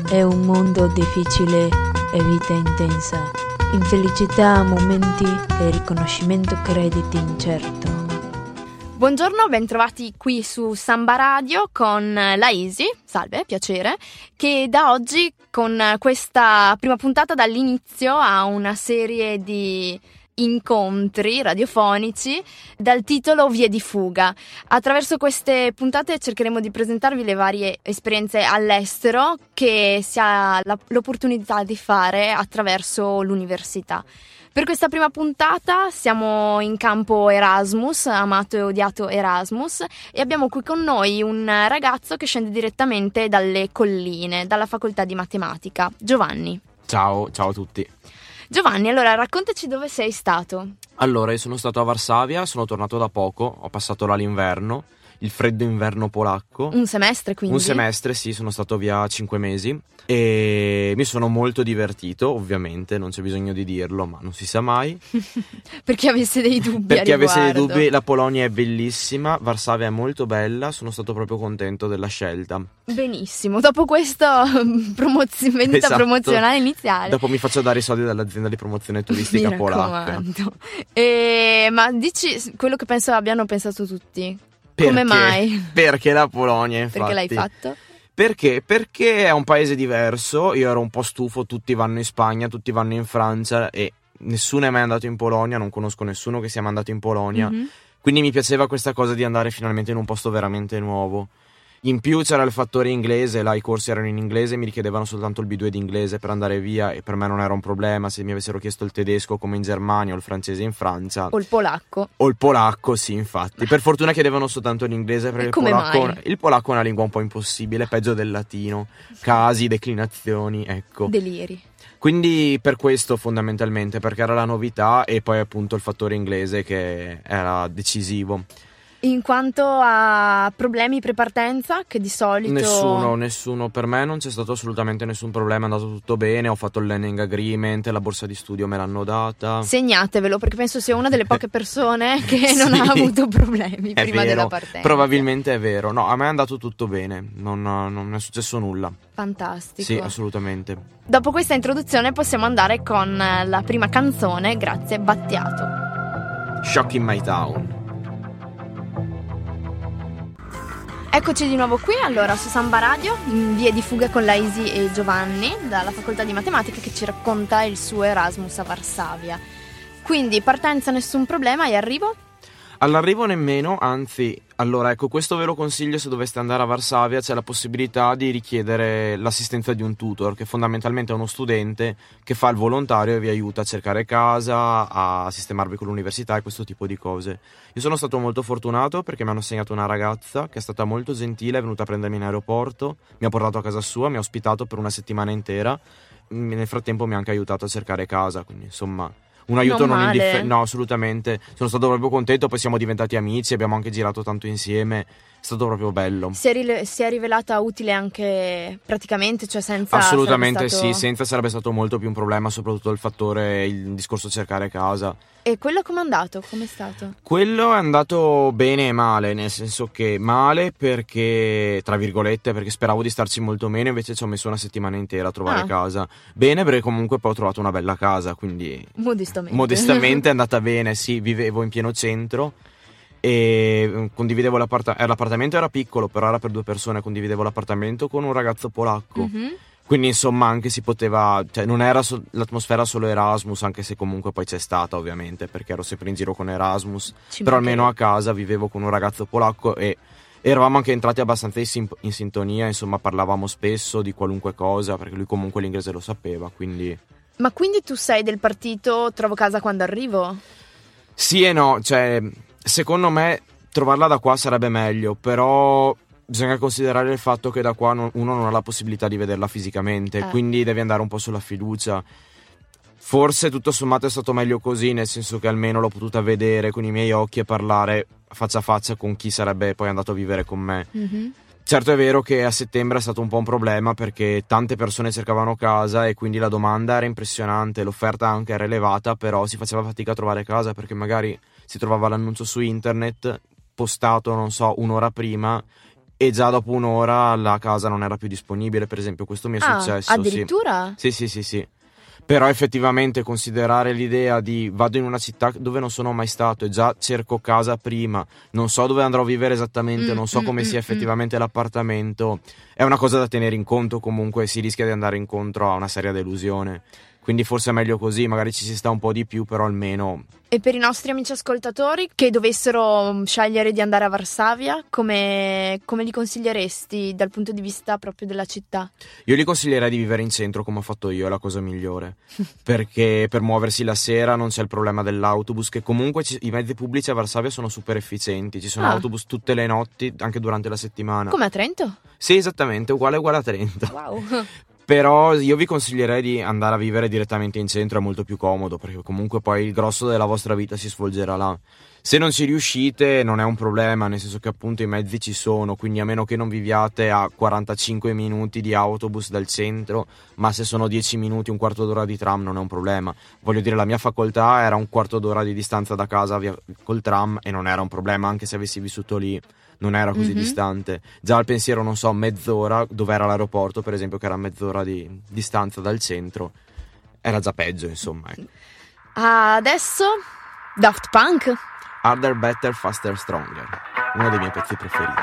È un mondo difficile e vita intensa. Infelicità, momenti e riconoscimento crediti incerto. Buongiorno, bentrovati qui su Samba Radio con la Isi, salve, piacere, che da oggi con questa prima puntata dall'inizio a una serie di incontri radiofonici dal titolo Vie di fuga. Attraverso queste puntate cercheremo di presentarvi le varie esperienze all'estero che si ha l'opportunità di fare attraverso l'università. Per questa prima puntata siamo in campo Erasmus, amato e odiato Erasmus, e abbiamo qui con noi un ragazzo che scende direttamente dalle colline, dalla facoltà di matematica, Giovanni. Ciao a tutti. Giovanni, allora raccontaci dove sei stato. Allora, io sono stato a Varsavia, sono tornato da poco, ho passato là l'inverno, il freddo inverno polacco. Un semestre quindi? Un semestre, sì, sono stato via 5 mesi e mi sono molto divertito, ovviamente, non c'è bisogno di dirlo, ma non si sa mai. Per chi avesse dei dubbi Per chi avesse dei riguardo. dubbi, la Polonia è bellissima, Varsavia è molto bella, sono stato proprio contento della scelta. Benissimo, dopo questa vendita promozionale iniziale. Dopo mi faccio dare i soldi dall'azienda di promozione turistica polacca. Ma dici quello che penso abbiano pensato tutti. Perché? Come mai? Perché la Polonia, infatti. Perché l'hai fatto? Perché? Perché è un paese diverso, io ero un po' stufo, tutti vanno in Spagna, tutti vanno in Francia e nessuno è mai andato in Polonia, non conosco nessuno che sia mai andato in Polonia, quindi mi piaceva questa cosa di andare finalmente in un posto veramente nuovo. In più c'era il fattore inglese, là i corsi erano in inglese, mi richiedevano soltanto il B2 di inglese per andare via e per me non era un problema se mi avessero chiesto il tedesco come in Germania o il francese in Francia. O il polacco. O il polacco, sì, infatti. Per fortuna chiedevano soltanto l'inglese perché il polacco è una lingua un po' impossibile, peggio del latino. Casi, declinazioni, ecco. Deliri. Quindi per questo fondamentalmente, perché era la novità e poi appunto il fattore inglese che era decisivo. In quanto a problemi pre-partenza, che di solito... Nessuno, per me non c'è stato assolutamente nessun problema, è andato tutto bene, ho fatto il learning agreement, la borsa di studio me l'hanno data. Segnatevelo, perché penso sia una delle poche persone che non ha avuto problemi prima della partenza. Probabilmente è vero, no, a me è andato tutto bene, non è successo nulla. Fantastico. Sì, assolutamente. Dopo questa introduzione possiamo andare con la prima canzone, grazie, Battiato. Shock in My Town. Eccoci di nuovo qui, allora, su Samba Radio, in Vie di fuga con Laisi e Giovanni, dalla facoltà di matematica, che ci racconta il suo Erasmus a Varsavia. Quindi, partenza nessun problema, e arrivo? All'arrivo nemmeno, anzi, allora ecco, questo ve lo consiglio se doveste andare a Varsavia, c'è la possibilità di richiedere l'assistenza di un tutor, che fondamentalmente è uno studente che fa il volontario e vi aiuta a cercare casa, a sistemarvi con l'università e questo tipo di cose. Io sono stato molto fortunato perché mi hanno assegnato una ragazza che è stata molto gentile, è venuta a prendermi in aeroporto, mi ha portato a casa sua, mi ha ospitato per una settimana intera, nel frattempo mi ha anche aiutato a cercare casa, quindi insomma... Un aiuto non indifferente, no, assolutamente. Sono stato proprio contento, poi siamo diventati amici, abbiamo anche girato tanto insieme. È stato proprio bello. Si è rivelata utile anche praticamente, cioè senza... Assolutamente sì, senza sarebbe stato molto più un problema, soprattutto il discorso cercare casa. E quello com'è andato? Com'è stato? Quello è andato bene e male, nel senso che male perché, tra virgolette, perché speravo di starci molto meno, invece ci ho messo una settimana intera a trovare casa. Bene perché comunque poi ho trovato una bella casa, quindi... Modestamente è andata bene, sì, vivevo in pieno centro e condividevo l'appartamento era piccolo, però era per 2 persone, condividevo l'appartamento con un ragazzo polacco. Quindi insomma anche si poteva, cioè non era l'atmosfera solo Erasmus, anche se comunque poi c'è stata ovviamente, perché ero sempre in giro con Erasmus, però almeno a casa vivevo con un ragazzo polacco e eravamo anche entrati abbastanza in sintonia, insomma parlavamo spesso di qualunque cosa, perché lui comunque l'inglese lo sapeva, quindi... Ma quindi tu sei del partito trovo casa quando arrivo? Sì e no, cioè secondo me trovarla da qua sarebbe meglio, però... Bisogna considerare il fatto che da qua uno non ha la possibilità di vederla fisicamente, quindi devi andare un po' sulla fiducia. Forse tutto sommato è stato meglio così, nel senso che almeno l'ho potuta vedere con i miei occhi e parlare faccia a faccia con chi sarebbe poi andato a vivere con me. Certo è vero che a settembre è stato un po' un problema perché tante persone cercavano casa e quindi la domanda era impressionante, l'offerta anche era elevata, però si faceva fatica a trovare casa perché magari si trovava l'annuncio su internet postato, non so, un'ora prima e già dopo un'ora la casa non era più disponibile, per esempio. Questo mi è successo. Addirittura? Sì. Però effettivamente considerare l'idea di vado in una città dove non sono mai stato e già cerco casa prima, non so dove andrò a vivere esattamente, non so come sia effettivamente l'appartamento, è una cosa da tenere in conto. Comunque si rischia di andare incontro a una seria delusione. Quindi forse è meglio così, magari ci si sta un po' di più, però almeno... E per i nostri amici ascoltatori che dovessero scegliere di andare a Varsavia, come li consiglieresti dal punto di vista proprio della città? Io gli consiglierei di vivere in centro come ho fatto io, è la cosa migliore. Perché per muoversi la sera non c'è il problema dell'autobus, che comunque i mezzi pubblici a Varsavia sono super efficienti, ci sono autobus tutte le notti, anche durante la settimana. Come a Trento? Sì, esattamente, uguale a Trento. Wow! Però io vi consiglierei di andare a vivere direttamente in centro, è molto più comodo, perché comunque poi il grosso della vostra vita si svolgerà là. Se non ci riuscite non è un problema, nel senso che appunto i mezzi ci sono, quindi a meno che non viviate a 45 minuti di autobus dal centro, ma se sono 10 minuti, un quarto d'ora di tram non è un problema. Voglio dire, la mia facoltà era un quarto d'ora di distanza da casa col tram e non era un problema, anche se avessi vissuto lì. Non era così distante. Già al pensiero, non so, mezz'ora, dove era l'aeroporto, per esempio, che era mezz'ora di distanza dal centro, era già peggio, insomma. Adesso Daft Punk. Harder, Better, Faster, Stronger, uno dei miei pezzi preferiti.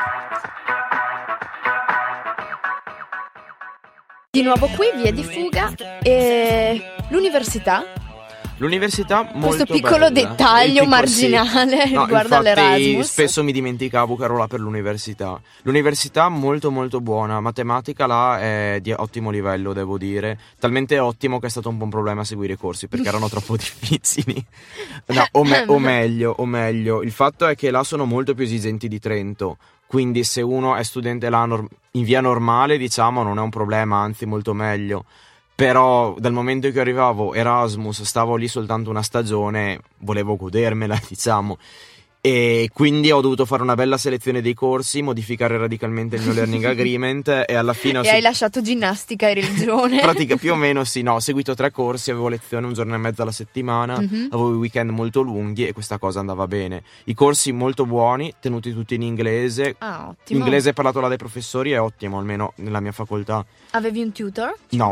Di nuovo qui, Via di Fuga e l'università. L'università molto questo piccolo bella. dettaglio marginale riguardo all'Erasmus. Spesso mi dimenticavo che ero là per l'università. L'università molto molto buona, matematica là è di ottimo livello, devo dire, talmente ottimo che è stato un po' un problema seguire i corsi perché erano troppo difficili. No, o meglio, il fatto è che là sono molto più esigenti di Trento. Quindi se uno è studente là in via normale, diciamo, non è un problema, anzi molto meglio. Però dal momento che arrivavo Erasmus, stavo lì soltanto una stagione, volevo godermela, diciamo, e quindi ho dovuto fare una bella selezione dei corsi, modificare radicalmente il mio learning agreement e alla fine hai lasciato ginnastica e religione? Pratica più o meno sì, no, ho seguito 3 corsi, avevo lezione un giorno e mezzo alla settimana, avevo i weekend molto lunghi e questa cosa andava bene. I corsi molto buoni, tenuti tutti in inglese. Ottimo. L'inglese parlato là dai professori è ottimo, almeno nella mia facoltà. Avevi un tutor? No,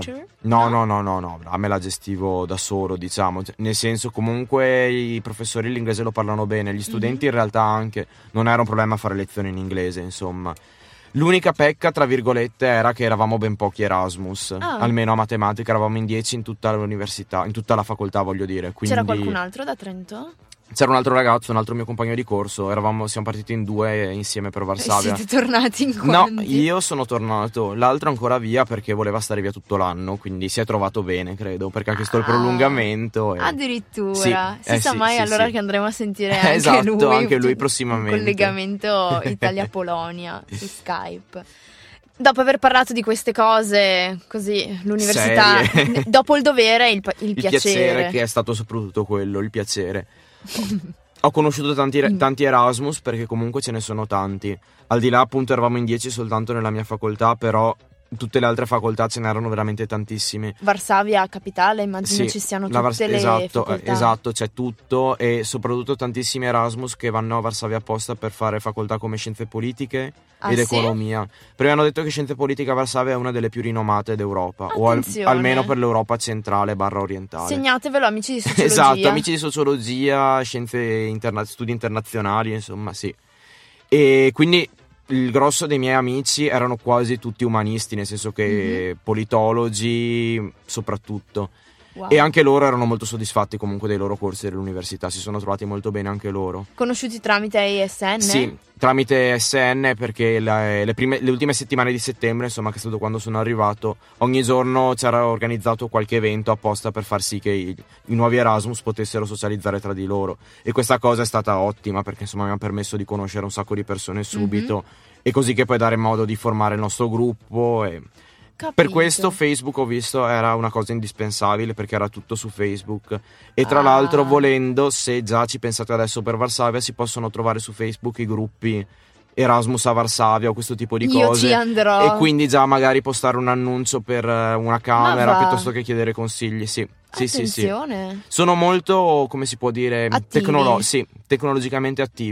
a me la gestivo da solo, diciamo, nel senso comunque i professori l'inglese lo parlano bene, gli studenti in realtà anche, non era un problema fare lezioni in inglese, insomma. L'unica pecca, tra virgolette, era che eravamo ben pochi Erasmus, almeno a matematica eravamo in 10 in tutta l'università, in tutta la facoltà, voglio dire. Quindi... C'era qualcun altro da Trento? C'era un altro ragazzo, un altro mio compagno di corso, siamo partiti in 2 insieme per Varsavia. Siete tornati in quanti? No, io sono tornato, l'altro ancora via perché voleva stare via tutto l'anno, quindi si è trovato bene, credo, perché ha chiesto il prolungamento. Addirittura, sì, si sa mai allora che andremo a sentire anche esatto, anche lui prossimamente. Un collegamento Italia-Polonia su Skype. Dopo aver parlato di queste cose, così, l'università, dopo il dovere, il piacere. Il piacere che è stato soprattutto quello, il piacere. Ho conosciuto tanti Erasmus perché comunque ce ne sono tanti. Al di là appunto eravamo in 10 soltanto nella mia facoltà, però tutte le altre facoltà ce n'erano veramente tantissime. Varsavia capitale, immagino ci siano tutte le facoltà. Esatto, c'è tutto e soprattutto tantissimi Erasmus che vanno a Varsavia apposta per fare facoltà come scienze politiche ed economia. Però mi hanno detto che scienze politiche a Varsavia è una delle più rinomate d'Europa, o almeno per l'Europa centrale / orientale. Segnatevelo, amici di sociologia. Esatto, amici di sociologia, studi internazionali, insomma, sì. E quindi il grosso dei miei amici erano quasi tutti umanisti, nel senso che politologi soprattutto. Wow. E anche loro erano molto soddisfatti comunque dei loro corsi dell'università, si sono trovati molto bene anche loro. Conosciuti tramite ESN? Sì, tramite ESN perché le ultime settimane di settembre, insomma, che è stato quando sono arrivato, ogni giorno c'era organizzato qualche evento apposta per far sì che i nuovi Erasmus potessero socializzare tra di loro. E questa cosa è stata ottima perché insomma mi ha permesso di conoscere un sacco di persone subito e così che poi dare modo di formare il nostro gruppo e... Capito. Per questo Facebook, ho visto, era una cosa indispensabile perché era tutto su Facebook e tra l'altro volendo, se già ci pensate adesso per Varsavia, si possono trovare su Facebook i gruppi Erasmus a Varsavia o questo tipo di cose. Io ci andrò. E quindi già magari postare un annuncio per una camera piuttosto che chiedere consigli, sì. Sì. Sono molto, come si può dire, tecnologicamente attivi.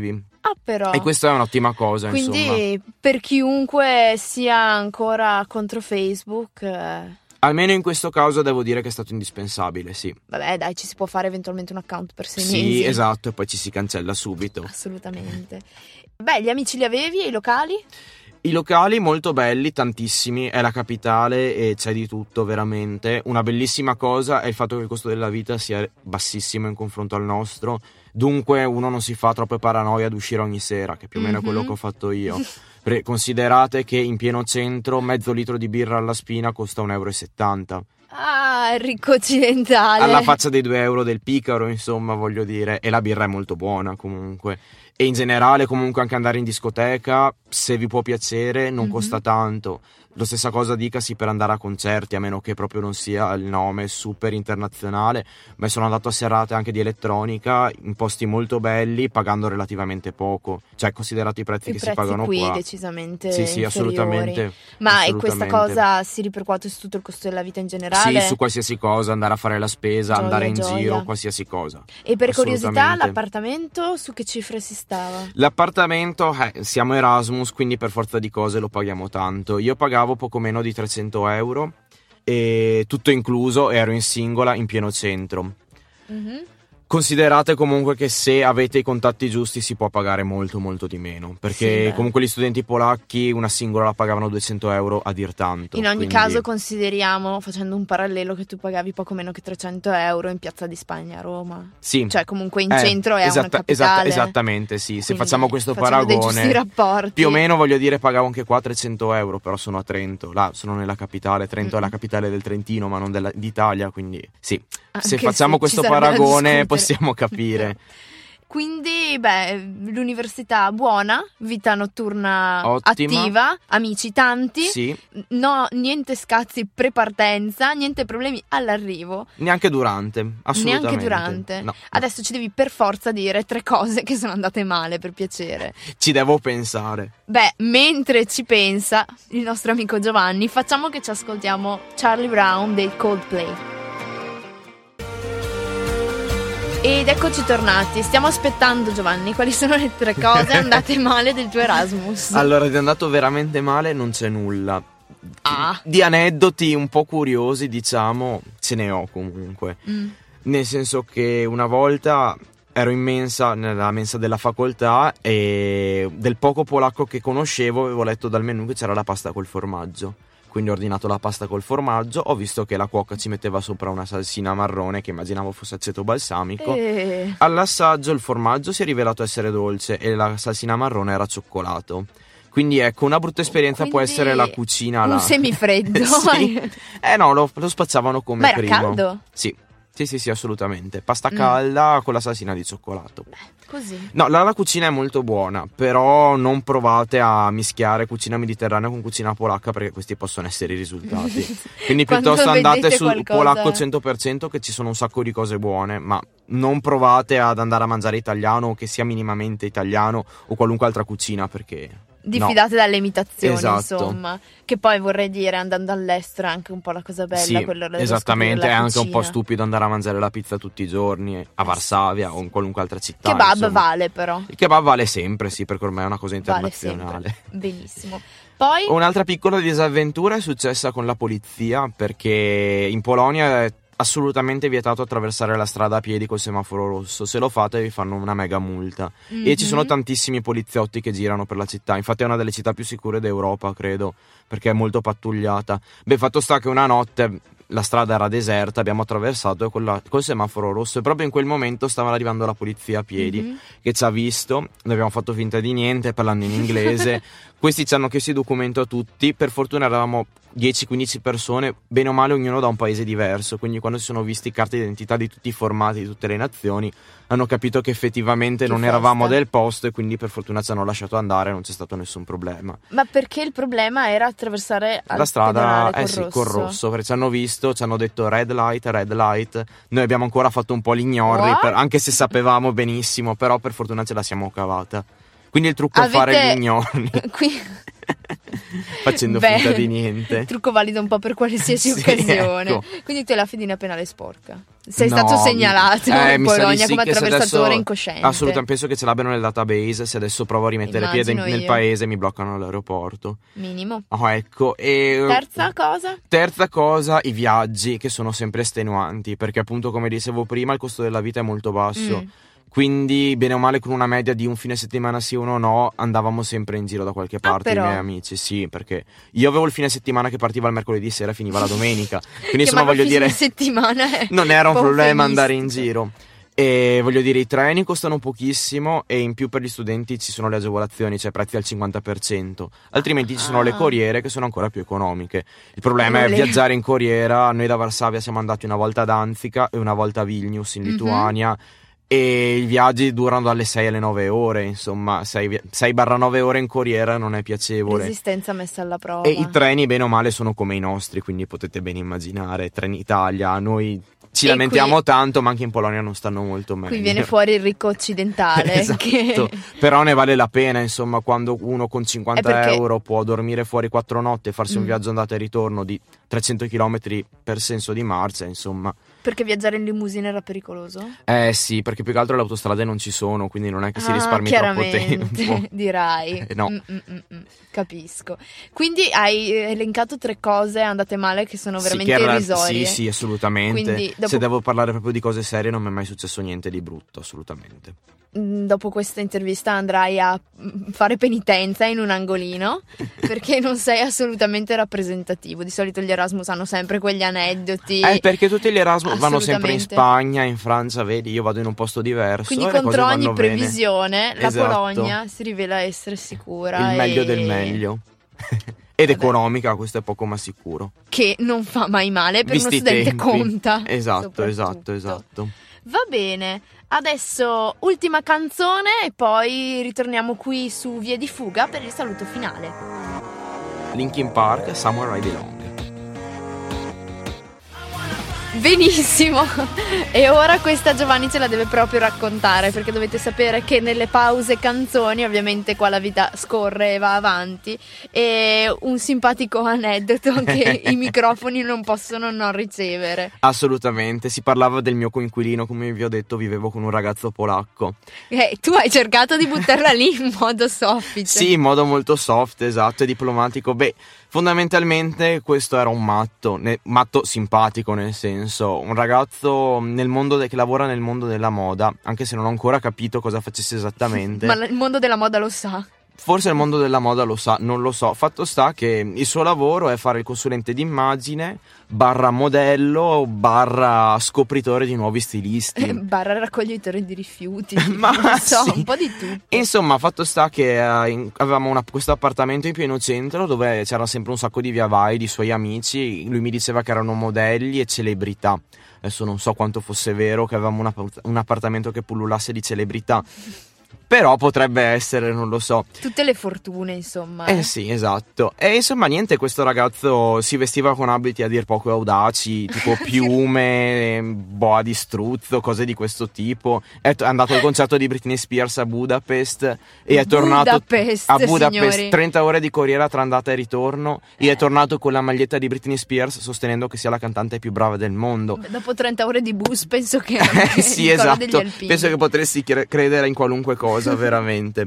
Ah, però. E questa è un'ottima cosa, quindi, insomma. per chiunque sia ancora contro Facebook... Almeno in questo caso devo dire che è stato indispensabile, sì. Vabbè, dai, ci si può fare eventualmente un account per 6 mesi. Sì, esatto, e poi ci si cancella subito. Assolutamente. Beh, gli amici li avevi e i locali? I locali molto belli, tantissimi, è la capitale e c'è di tutto veramente. Una bellissima cosa è il fatto che il costo della vita sia bassissimo in confronto al nostro, dunque uno non si fa troppe paranoie ad uscire ogni sera, che più o meno è quello che ho fatto io. Considerate che in pieno centro mezzo litro di birra alla spina costa 1,70 €. Ah, ricco occidentale. Alla faccia dei 2 euro del picaro, insomma, voglio dire, e la birra è molto buona comunque. E in generale comunque anche andare in discoteca, se vi può piacere, non costa tanto. Lo stessa cosa dicasi per andare a concerti, a meno che proprio non sia il nome super internazionale, ma sono andato a serate anche di elettronica in posti molto belli, pagando relativamente poco, cioè considerato i prezzi che si pagano qui qua. Decisamente sì, inferiori. assolutamente. Ma assolutamente. E questa cosa si ripercuote su tutto il costo della vita in generale? Sì, su qualsiasi cosa, andare a fare la spesa, Gioia, andare in gioia. giro, qualsiasi cosa. E per curiosità, Assolutamente. l'appartamento su che cifre si stava? L'appartamento, siamo Erasmus, quindi per forza di cose lo paghiamo tanto. Io pagavo poco meno di 300 euro, e tutto incluso, ero in singola in pieno centro. Considerate comunque che se avete i contatti giusti si può pagare molto molto di meno, perché Sì, comunque gli studenti polacchi una singola la pagavano 200 euro a dir tanto. In ogni quindi... caso consideriamo, facendo un parallelo, che tu pagavi poco meno che 300 euro in Piazza di Spagna a Roma. Sì. Cioè comunque in centro è una capitale. Esattamente, sì. Se Quindi, facciamo questo facendo dei giusti paragone, rapporti. più o meno voglio dire pagavo anche qua 300 euro, però sono a Trento, là sono nella capitale, Trento è la capitale del Trentino ma non d'Italia, quindi sì. Se Anche facciamo se questo ci sarebbe da paragone discutere. possiamo capire. Quindi, l'università buona, vita notturna Ottima. attiva, amici tanti, Sì, no, niente scazzi pre-partenza, niente problemi all'arrivo. neanche durante, assolutamente. Neanche durante. No. Adesso ci devi per forza dire 3 cose che sono andate male, per piacere. Ci devo pensare. Mentre ci pensa il nostro amico Giovanni, facciamo che ci ascoltiamo Charlie Brown dei Coldplay. Ed eccoci tornati. Stiamo aspettando, Giovanni, quali sono le 3 cose andate male del tuo Erasmus? Allora, ed è andato veramente male, non c'è nulla. Ah. Di aneddoti un po' curiosi, diciamo, ce ne ho comunque. Nel senso che una volta ero in mensa, nella mensa della facoltà, e del poco polacco che conoscevo avevo letto dal menù che c'era la pasta col formaggio. Quindi ho ordinato la pasta col formaggio, ho visto che la cuoca ci metteva sopra una salsina marrone che immaginavo fosse aceto balsamico. All'assaggio il formaggio si è rivelato essere dolce e la salsina marrone era cioccolato. Quindi ecco, una brutta esperienza può essere la cucina un là. semifreddo. Sì. No, lo spacciavano come Ma era primo. caldo? Sì, assolutamente. Pasta calda con la salsina di cioccolato. Così. No, la cucina è molto buona, però non provate a mischiare cucina mediterranea con cucina polacca, perché questi possono essere i risultati. Quindi Quando piuttosto andate vedete sul qualcosa... polacco 100%, che ci sono un sacco di cose buone, ma non provate ad andare a mangiare italiano, o che sia minimamente italiano, o qualunque altra cucina, perché... Diffidate dalle imitazioni, Esatto. Insomma. Che poi vorrei dire, andando all'estero è anche un po' la cosa bella. Sì, quello dello esattamente, scoprire è la anche un po' cucina. stupido andare a mangiare la pizza tutti i giorni a Varsavia o in qualunque altra città. Kebab insomma. vale però. Il kebab vale sempre, sì, perché ormai è una cosa Vale internazionale. sempre. Benissimo. Poi Un'altra piccola disavventura è successa con la polizia, perché in Polonia è assolutamente vietato attraversare la strada a piedi col semaforo rosso. Se lo fate vi fanno una mega multa. E ci sono tantissimi poliziotti che girano per la città. Infatti è una delle città più sicure d'Europa, credo, perché è molto pattugliata. Fatto sta che una notte la strada era deserta, abbiamo attraversato col semaforo rosso, e proprio in quel momento stava arrivando la polizia a piedi, che ci ha visto. Noi abbiamo fatto finta di niente, parlando in inglese. Questi ci hanno chiesto i documenti a tutti. Per fortuna eravamo 10-15 persone, bene o male ognuno da un paese diverso, quindi quando si sono visti carte d'identità di tutti i formati, di tutte le nazioni, hanno capito che effettivamente non eravamo del posto, e quindi per fortuna ci hanno lasciato andare, non c'è stato nessun problema. Ma perché il problema era attraversare La strada col rosso? perché ci hanno visto, ci hanno detto red light. Noi abbiamo ancora fatto un po' gli gnorri, anche se sapevamo benissimo, però per fortuna ce la siamo cavata. Quindi il trucco è fare gli gnorri. facendo finta di niente. Trucco valido un po' per qualsiasi occasione. Ecco. Quindi tu hai la fedina penale sporca. Sei No, stato segnalato in mi sa di Polonia sì, come che se attraversatore adesso- incosciente. Assolutamente, penso che ce l'abbiano nel database. Se adesso provo a rimettere piede Immagino nel io. paese mi bloccano all'aeroporto. Minimo. Oh, ecco. E Terza cosa? I viaggi, che sono sempre estenuanti, perché appunto, come dicevo prima, il costo della vita è molto basso. Quindi, bene o male, con una media di un fine settimana sì o no, andavamo sempre in giro da qualche parte, i però. miei amici. Sì, perché io avevo il fine settimana che partiva il mercoledì sera e finiva la domenica. Quindi, Che insomma, voglio dire, settimana non era un po' problema andare in eufemistico. giro. E voglio dire, i treni costano pochissimo e in più per gli studenti ci sono le agevolazioni, cioè prezzi al 50%. Altrimenti ci sono le corriere che sono ancora più economiche. Il problema è viaggiare in corriera. Noi da Varsavia siamo andati una volta a Danzica e una volta a Vilnius in Lituania. E i viaggi durano dalle 6 alle 9 ore, insomma 6-9 ore in corriera non è piacevole. Resistenza messa alla prova. E i treni bene o male sono come i nostri, quindi potete ben immaginare, Trenitalia, noi ci E lamentiamo qui- tanto, ma anche in Polonia non stanno molto meglio. Qui viene fuori il ricco occidentale. Esatto. Che... Però ne vale la pena, insomma, quando uno con 50 perché- euro può dormire fuori 4 notti e farsi un viaggio andata e ritorno di 300 km per senso di marcia, insomma. Perché viaggiare in limousine era pericoloso? Sì, perché più che altro le autostrade non ci sono, quindi non è che si risparmi troppo chiaramente, tempo. dirai. No. Capisco. Quindi hai elencato 3 cose andate male che sono veramente irrisorie. Sì, assolutamente. Quindi, dopo- Se devo parlare proprio di cose serie, non mi è mai successo niente di brutto, assolutamente. Dopo questa intervista andrai a fare penitenza in un angolino perché non sei assolutamente rappresentativo. Di solito gli Erasmus hanno sempre quegli aneddoti. Perché tutti gli Erasmus vanno sempre in Assolutamente. Spagna, in Francia, vedi, io vado in un posto diverso. Quindi e le contro cose ogni vanno bene. previsione la Esatto. Polonia si rivela essere sicura Il meglio e- del meglio. Ed Vabbè. economica, questo è poco ma sicuro. che non fa mai male per Visti uno i studente tempi. conta. Esatto. soprattutto. Va bene, adesso ultima canzone e poi ritorniamo qui su Vie di Fuga per il saluto finale. Linkin Park, Somewhere I Belong. Benissimo, e ora questa Giovanni ce la deve proprio raccontare perché dovete sapere che nelle pause canzoni, ovviamente qua la vita scorre e va avanti, e un simpatico aneddoto che i microfoni non possono non ricevere. Assolutamente, si parlava del mio coinquilino, come vi ho detto, vivevo con un ragazzo polacco. Tu hai cercato di buttarla lì in modo soffice. Sì, in modo molto soft, esatto, e diplomatico. Beh, fondamentalmente questo era un matto simpatico, nel senso, un ragazzo che lavora nel mondo della moda, anche se non ho ancora capito cosa facesse esattamente. Ma il mondo della moda lo sa. Forse il mondo della moda lo sa, non lo so. Fatto sta che il suo lavoro è fare il consulente d'immagine / modello / scopritore di nuovi stilisti. / raccoglitore di rifiuti. Ma non so, sì. un po' di tutto. Insomma, fatto sta che avevamo questo appartamento in pieno centro dove c'era sempre un sacco di via vai di suoi amici. Lui mi diceva che erano modelli e celebrità. Adesso non so quanto fosse vero che avevamo un appartamento che pullulasse di celebrità. Però potrebbe essere, non lo so. Tutte le fortune, insomma. Sì, esatto. E insomma, niente, questo ragazzo si vestiva con abiti a dir poco audaci, tipo piume, boa di struzzo, cose di questo tipo. È andato al concerto di Britney Spears a Budapest e è tornato Budapest, a Budapest, signori. 30 ore di corriera tra andata e ritorno, e è tornato con la maglietta di Britney Spears sostenendo che sia la cantante più brava del mondo. Beh, dopo 30 ore di bus penso che anche Sì, il coro degli esatto. alpini. Penso che potresti credere in qualunque cosa, veramente.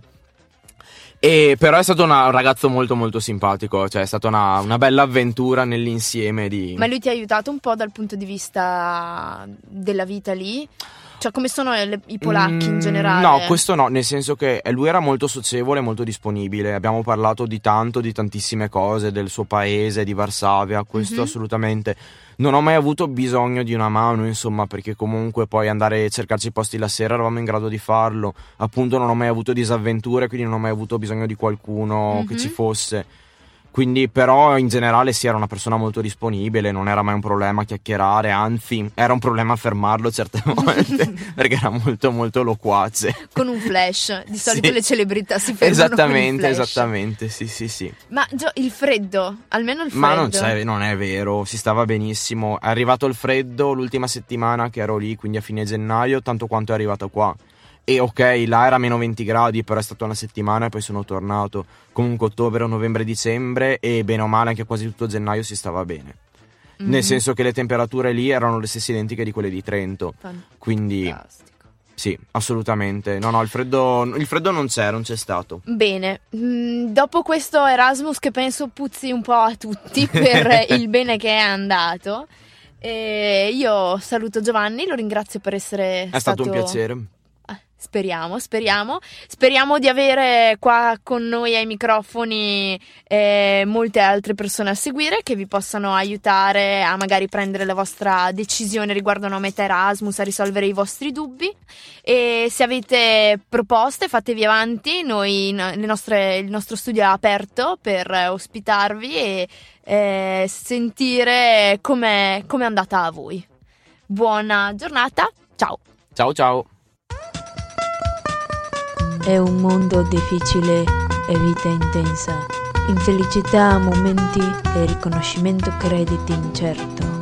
Però è stato un ragazzo molto molto simpatico, cioè è stata una bella avventura nell'insieme di... Ma lui ti ha aiutato un po' dal punto di vista della vita lì? Cioè, come sono i polacchi in generale? No, questo no, nel senso che lui era molto socievole, molto disponibile. Abbiamo parlato di tantissime cose, del suo paese, di Varsavia, questo assolutamente. Non ho mai avuto bisogno di una mano, insomma, perché comunque poi andare a cercarci i posti la sera eravamo in grado di farlo. Appunto, non ho mai avuto disavventure, quindi non ho mai avuto bisogno di qualcuno che ci fosse. Quindi, però, in generale sì, era una persona molto disponibile, non era mai un problema chiacchierare, anzi, era un problema fermarlo certe volte, perché era molto molto loquace. Con un flash, di solito Sì. le celebrità si fermano con il flash. Esattamente, sì. Ma il freddo, almeno il freddo. Ma non è vero, si stava benissimo. È arrivato il freddo l'ultima settimana che ero lì, quindi a fine gennaio, tanto quanto è arrivato qua. E ok, là era meno 20 gradi, però è stata una settimana e poi sono tornato. Comunque ottobre, novembre, dicembre e bene o male anche quasi tutto gennaio si stava bene. Nel senso che le temperature lì erano le stesse identiche di quelle di Trento. Quindi Fantastico. sì, assolutamente. No, il freddo non c'è stato. Bene, dopo questo Erasmus che penso puzzi un po' a tutti per il bene che è andato, io saluto Giovanni, lo ringrazio per essere È stato un piacere. Speriamo di avere qua con noi ai microfoni molte altre persone a seguire che vi possano aiutare a magari prendere la vostra decisione riguardo una meta Erasmus, a risolvere i vostri dubbi. E se avete proposte fatevi avanti, il nostro studio è aperto per ospitarvi e sentire com'è andata a voi. Buona giornata, ciao! Ciao ciao! È un mondo difficile e vita intensa, infelicità, momenti e riconoscimento crediti incerto.